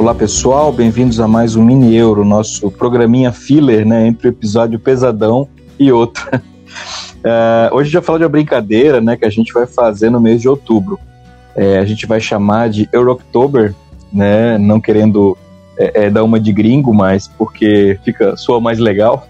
Olá pessoal, bem-vindos a mais um Mini Euro, nosso programinha filler, né, entre o episódio pesadão e outro. Hoje a gente vai falar de uma brincadeira, né, que a gente vai fazer no mês de outubro. A gente vai chamar de Euroctober, né, não querendo dar uma de gringo, mas porque soa mais legal.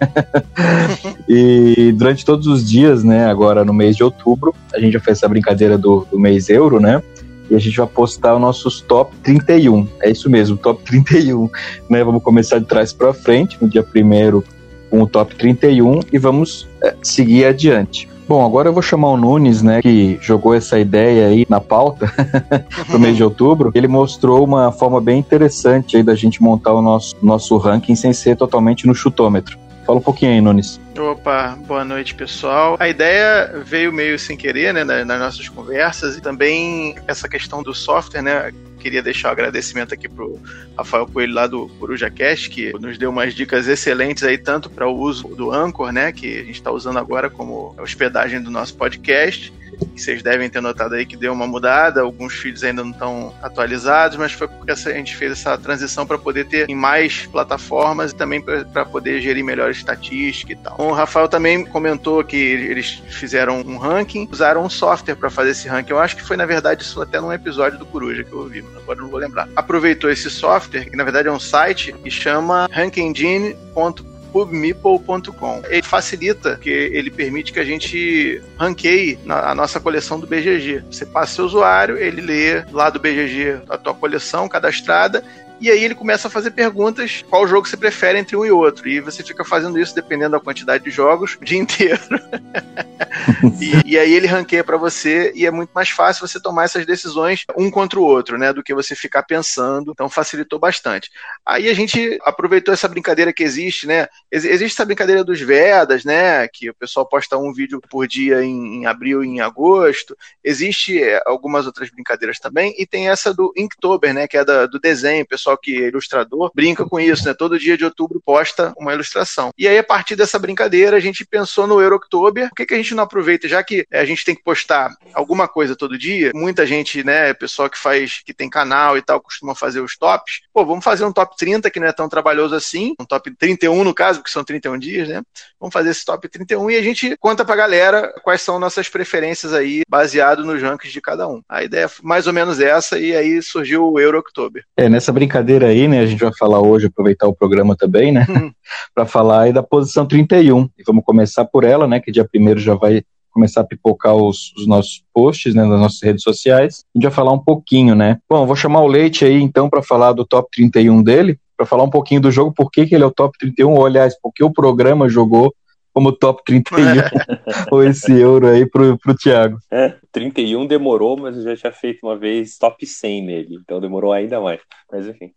E durante todos os dias, né, agora no mês de outubro, a gente já fez essa brincadeira do mês Euro, né? E a gente vai postar os nossos top 31. É isso mesmo, top 31. Né? Vamos começar de trás para frente, no dia 1º com o top 31 e vamos seguir adiante. Bom, agora eu vou chamar o Nunes, né, que jogou essa ideia aí na pauta pro mês de outubro. Ele mostrou uma forma bem interessante aí da gente montar o nosso ranking sem ser totalmente no chutômetro. Fala um pouquinho aí, Nunes. Opa, boa noite, pessoal. A ideia veio meio sem querer, né, nas nossas conversas, e também essa questão do software, né. Queria deixar o agradecimento aqui pro Rafael Coelho lá do CorujaCast, que nos deu umas dicas excelentes aí, tanto para o uso do Anchor, né, que a gente está usando agora como hospedagem do nosso podcast, que vocês devem ter notado aí que deu uma mudada, alguns feeds ainda não estão atualizados, mas foi porque a gente fez essa transição para poder ter em mais plataformas e também para poder gerir melhor estatística e tal. O Rafael também comentou que eles fizeram um ranking, usaram um software para fazer esse ranking. Eu acho que foi, na verdade, isso até num episódio do Coruja que eu ouvi, agora não vou lembrar. Aproveitou esse software, que na verdade é um site, que chama rankengine.pubmeeple.com. Ele facilita, porque ele permite que a gente ranqueie a nossa coleção do BGG. Você passa seu usuário, ele lê lá do BGG a tua coleção cadastrada, e aí ele começa a fazer perguntas, qual jogo você prefere entre um e outro, e você fica fazendo isso dependendo da quantidade de jogos o dia inteiro. e aí ele ranqueia pra você, e é muito mais fácil você tomar essas decisões um contra o outro, né, do que você ficar pensando. Então facilitou bastante. Aí a gente aproveitou essa brincadeira que existe, né, existe essa brincadeira dos Vedas, né, que o pessoal posta um vídeo por dia em abril e em agosto. Existe algumas outras brincadeiras também, e tem essa do Inktober, né, que é do desenho. O pessoal que é ilustrador brinca com isso, né? Todo dia de outubro posta uma ilustração. E aí, a partir dessa brincadeira, a gente pensou no Euroctober. Por que a gente não aproveita? Já que a gente tem que postar alguma coisa todo dia, muita gente, né, pessoal que tem canal e tal, costuma fazer os tops. Pô, vamos fazer um top 30, que não é tão trabalhoso assim. Um top 31, no caso, porque são 31 dias, né? Vamos fazer esse top 31 e a gente conta pra galera quais são nossas preferências aí, baseado nos rankings de cada um. A ideia é mais ou menos essa, e aí surgiu o Euroctober. Nessa brincadeira aí, né, a gente vai falar hoje, aproveitar o programa também, né, para falar aí da posição 31, e vamos começar por ela, né, que dia 1º já vai começar a pipocar os nossos posts, né, nas nossas redes sociais. A gente vai falar um pouquinho, né. Bom, vou chamar o Leite aí, então, para falar do top 31 dele, para falar um pouquinho do jogo, por que ele é o top 31, ou aliás, porque o programa jogou como top 31, ou esse euro aí pro Thiago. 31 demorou, mas eu já tinha feito uma vez top 100 nele, então demorou ainda mais. Mas enfim.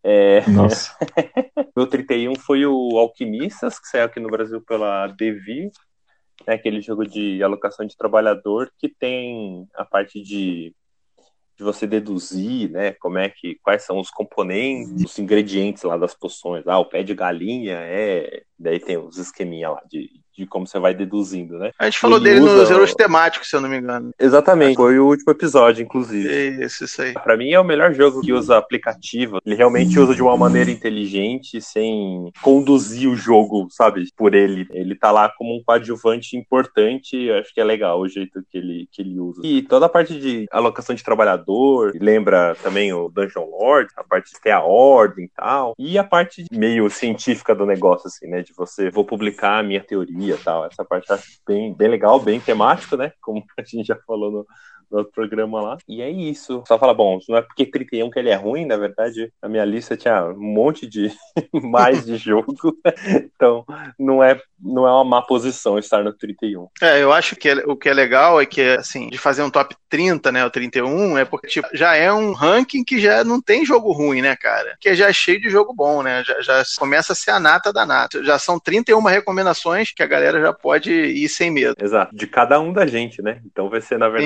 Nossa. Meu 31 foi o Alquimistas, que saiu aqui no Brasil pela Devir, né, aquele jogo de alocação de trabalhador, que tem a parte de você deduzir, né, quais são os componentes, os ingredientes lá das poções. O pé de galinha daí tem os esqueminha lá de como você vai deduzindo, né? A gente falou dele nos euros temáticos, se eu não me engano. Exatamente, foi o último episódio, inclusive. Isso aí. Pra mim é o melhor jogo que usa aplicativo. Ele realmente usa de uma maneira inteligente, sem conduzir o jogo, sabe, por ele. Ele tá lá como um coadjuvante importante, eu acho que é legal o jeito que ele usa. E toda a parte de alocação de trabalhador, lembra também o Dungeon Lord, a parte de ter a ordem e tal. E a parte meio científica do negócio, assim, né, de vou publicar a minha teoria e tal. Essa parte eu acho bem legal, bem temático, né? Como a gente já falou no outro programa lá. E é isso. Só fala, bom, não é porque 31 que ele é ruim, na verdade, a minha lista tinha um monte de mais de jogo. Então, não é uma má posição estar no 31. Eu acho que o que é legal é que, assim, de fazer um top 30, né, o 31, é porque, tipo, já é um ranking que já não tem jogo ruim, né, cara? Que já é cheio de jogo bom, né? Já começa a ser a nata da nata. Já são 31 recomendações que a galera já pode ir sem medo. Exato. De cada um da gente, né? Então vai ser, na verdade, sim.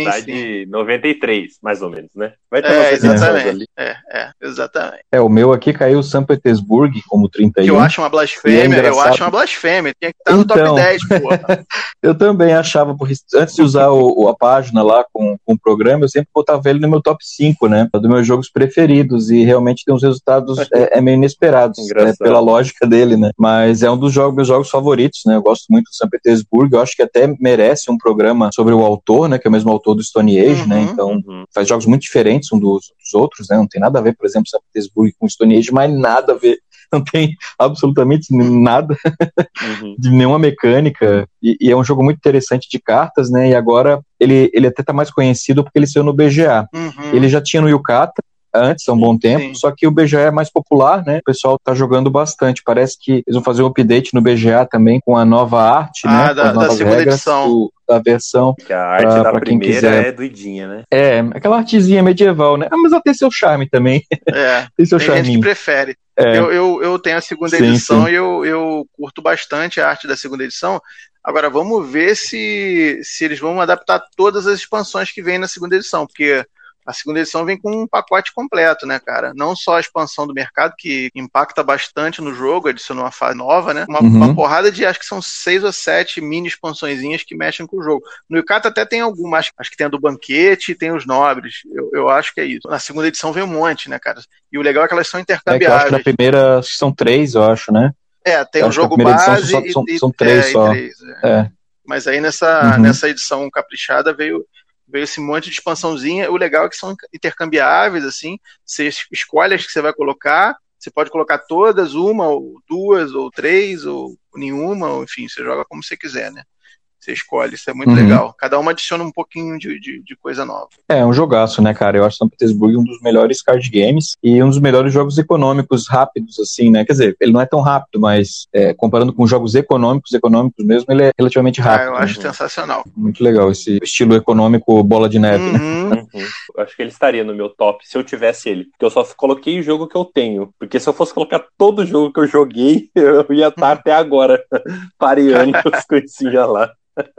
de 93, mais ou menos, né? Vai ter umas exatamente. ali. Exatamente. O meu aqui caiu São Petersburgo como 31. Que eu acho uma blasfêmia, Tinha que estar no top 10, porra. Eu também achava, porque antes de usar a página lá com o programa, eu sempre botava ele no meu top 5, né? Dos meus jogos preferidos, e realmente tem uns resultados meio inesperados, né, pela lógica dele, né? Mas é um dos meus jogos favoritos, né? Eu gosto muito do São Petersburgo, eu acho que até merece um programa sobre o autor, né? Que é o mesmo autor do Stone Age, né? Então, faz jogos muito diferentes um dos outros, né? Não tem nada a ver, por exemplo, São Petersburgo com Stone Age, mas nada a ver. Não tem absolutamente nada de nenhuma mecânica, e é um jogo muito interessante de cartas, né? E agora ele até tá mais conhecido porque ele saiu no BGA. Ele já tinha no Yucata antes, há um bom tempo, só que o BGA é mais popular, né? O pessoal tá jogando bastante. Parece que eles vão fazer um update no BGA também com a nova arte, né? Com as novas segunda regras edição. Da versão. Que a arte da primeira é doidinha, né? Aquela artezinha medieval, né? Mas ela tem seu charme também. Tem gente que prefere. Eu tenho a segunda edição e eu curto bastante a arte da segunda edição. Agora, vamos ver se eles vão adaptar todas as expansões que vem na segunda edição, porque a segunda edição vem com um pacote completo, né, cara? Não só a expansão do mercado, que impacta bastante no jogo, adicionou uma fase nova, né? Uma porrada de, acho que são 6 ou 7 mini expansõezinhas que mexem com o jogo. No Yucata até tem algumas, acho que tem a do banquete e tem os nobres. Eu acho que é isso. Na segunda edição vem um monte, né, cara? E o legal é que elas são intercambiáveis. Eu acho que na primeira são 3, eu acho, né? Tem o jogo base são 3 só. Mas aí nessa edição caprichada veio esse monte de expansãozinha. O legal é que são intercambiáveis, assim. Você escolhe as que você vai colocar. Você pode colocar todas, uma, ou 2, ou 3, ou nenhuma, ou enfim, você joga como você quiser, né? Você escolhe, isso é muito legal. Cada uma adiciona um pouquinho de coisa nova. É um jogaço, né, cara? Eu acho São Petersburgo um dos melhores card games e um dos melhores jogos econômicos rápidos, assim, né? Quer dizer, ele não é tão rápido, mas comparando com jogos econômicos mesmo, ele é relativamente rápido. Eu acho sensacional. Muito legal esse estilo econômico bola de neve, né? Acho que ele estaria no meu top se eu tivesse ele. Porque eu só coloquei o jogo que eu tenho. Porque se eu fosse colocar todo o jogo que eu joguei, eu ia estar até agora pareando as coisinhas lá.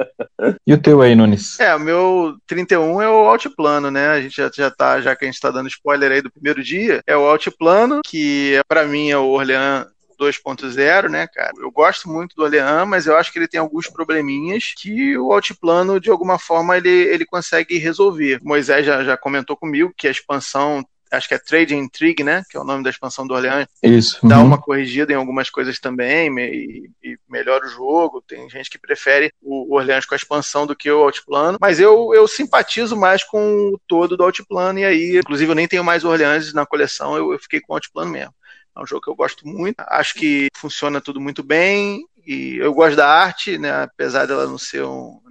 E o teu aí, Nunes? O meu 31 é o Altiplano, né? A gente já que a gente tá dando spoiler aí do primeiro dia, é o Altiplano, que pra mim é o Orleans 2.0, né, cara? Eu gosto muito do Orleans, mas eu acho que ele tem alguns probleminhas que o Altiplano, de alguma forma, ele consegue resolver. O Moisés já comentou comigo que a expansão, acho que é Trade and Intrigue, né? Que é o nome da expansão do Orleans. Isso. Dá uma corrigida em algumas coisas também e melhora o jogo. Tem gente que prefere o Orleans com a expansão do que o Altiplano. Mas eu simpatizo mais com o todo do Altiplano. E aí, inclusive, eu nem tenho mais Orleans na coleção. Eu fiquei com o Altiplano mesmo. É um jogo que eu gosto muito. Acho que funciona tudo muito bem. E eu gosto da arte, né? Apesar dela não ser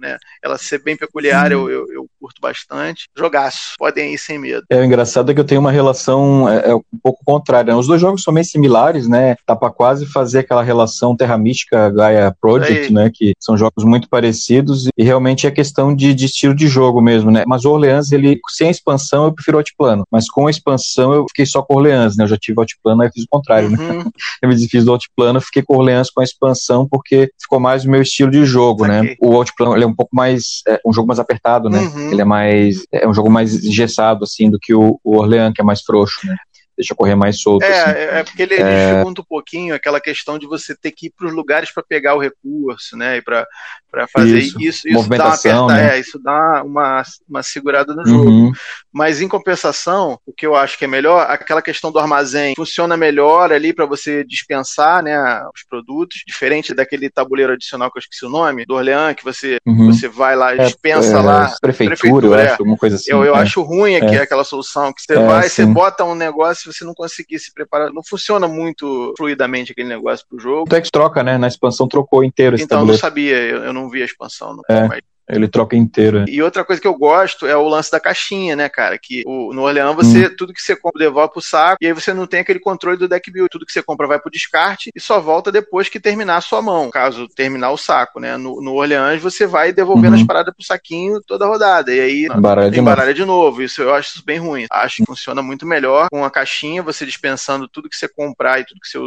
ela ser bem peculiar, eu curto bastante. Jogaço, podem ir sem medo. O engraçado é que eu tenho uma relação um pouco contrária. Os dois jogos são meio similares, né? Dá pra quase fazer aquela relação Terra Mística Gaia Project, né? Que são jogos muito parecidos e realmente é questão de estilo de jogo mesmo, né? Mas o Orleans, ele, sem a expansão, eu prefiro o Altiplano. Mas com a expansão, eu fiquei só com o Orleans, né? Eu já tive o Altiplano, aí fiz o contrário, né? Eu me desfiz do Altiplano, fiquei com o Orleans com a expansão, porque ficou mais o meu estilo de jogo, né? O Altiplano, ele é um pouco mais, um jogo mais apertado, né? Ele é um jogo mais engessado, assim, do que o Orleans, que é mais frouxo, né? Deixa correr mais solto. Porque ele dificulta um pouquinho aquela questão de você ter que ir para os lugares para pegar o recurso, né? E para fazer isso movimentação, dá uma né? isso dá uma segurada no jogo. Mas em compensação, o que eu acho que é melhor, aquela questão do armazém funciona melhor ali para você dispensar, né, os produtos, diferente daquele tabuleiro adicional que eu esqueci o nome, do Orleans, que você vai lá e dispensa lá. Prefeitura, eu acho, alguma coisa assim. Eu acho ruim aquela solução, que você vai, você bota um negócio, você não conseguir se preparar, não funciona muito fluidamente aquele negócio pro jogo. O Tex troca, né? Na expansão trocou inteiro esse tabuleiro. Então, eu não sabia, eu não vi a expansão. Ele troca inteiro. E outra coisa que eu gosto é o lance da caixinha, né, cara? Que no Orleans tudo que você compra devolve pro saco, e aí você não tem aquele controle do deck build. Tudo que você compra vai pro descarte e só volta depois que terminar a sua mão, caso terminar o saco, né? No Orleans você vai devolvendo as paradas pro saquinho toda a rodada. E aí embaralha de novo. Isso eu acho bem ruim. Acho que funciona muito melhor com a caixinha, você dispensando tudo que você comprar e tudo que você usar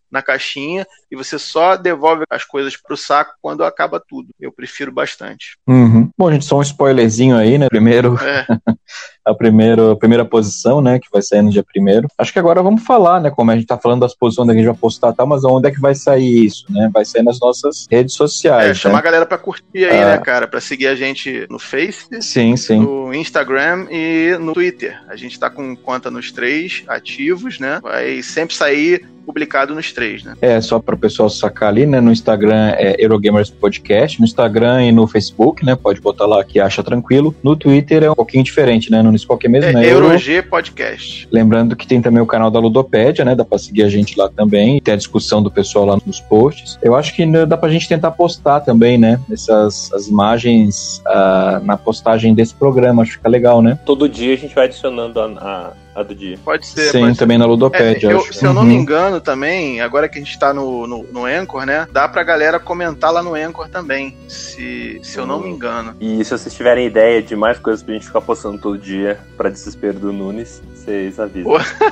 na caixinha e você só devolve as coisas pro saco quando acaba tudo. Eu prefiro bastante. Uhum. Bom, gente, só um spoilerzinho aí, né? Primeiro, a primeira posição, né? Que vai sair no dia 1º. Acho que agora vamos falar, né? Como a gente tá falando das posições que a gente vai postar, tá? Mas onde é que vai sair isso, né? Vai sair nas nossas redes sociais. Chamar né? a galera pra curtir aí, né, cara? Pra seguir a gente no Face, sim. no Instagram e no Twitter. A gente tá com conta nos 3 ativos, né? Vai sempre sair publicado nos 3, né? Só para o pessoal sacar ali, né? No Instagram é Eurogamers Podcast, no Instagram e no Facebook, né? Pode botar lá que acha tranquilo. No Twitter é um pouquinho diferente, né? No qualquer mesmo, né? EuroG Podcast. Lembrando que tem também o canal da Ludopédia, né? Dá pra seguir a gente lá também. Tem a discussão do pessoal lá nos posts. Eu acho que dá pra gente tentar postar também, né? As imagens na postagem desse programa. Acho que fica legal, né? Todo dia a gente vai adicionando a do dia. Pode ser. Sim, pode também ser. na Ludopédia. Se eu não me engano também, agora que a gente tá no Anchor, né? Dá pra galera comentar lá no Anchor também, se eu não me engano. E se vocês tiverem ideia de mais coisas pra gente ficar postando todo dia, pra desespero do Nunes, vocês avisam.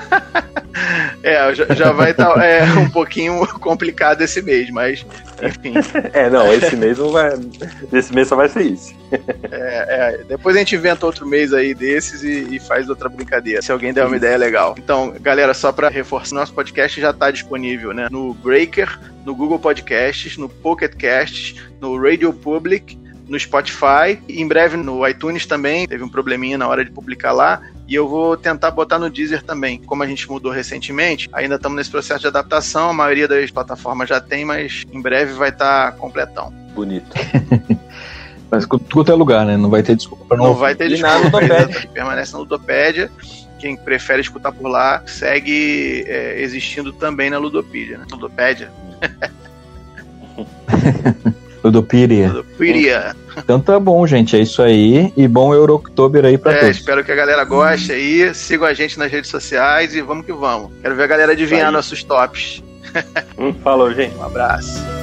Já vai estar um pouquinho complicado esse mês, mas enfim. Esse mês não vai. Esse mês só vai ser isso. Depois a gente inventa outro mês aí desses e faz outra brincadeira, se alguém der uma ideia legal. Então, galera, só pra reforçar, nosso podcast já tá disponível, né? No Breaker, no Google Podcasts, no Pocket Casts, no Radio Public, no Spotify, e em breve no iTunes também. Teve um probleminha na hora de publicar lá, e eu vou tentar botar no Deezer também. Como a gente mudou recentemente, ainda estamos nesse processo de adaptação, a maioria das plataformas já tem, mas em breve vai estar completão. Bonito. Mas tudo é lugar, né? Não vai ter desculpa pra não vai ter desculpa. Ludopédia. Permanece na Ludopédia. Quem prefere escutar por lá, segue existindo também na Ludopédia, né? Ludopédia. Ludopíria. Então tá bom, gente. É isso aí. E bom Euroctober aí pra todos. Espero que a galera goste aí. Sigam a gente nas redes sociais e vamos que vamos. Quero ver a galera adivinhar nossos tops. Falou, gente. Um abraço.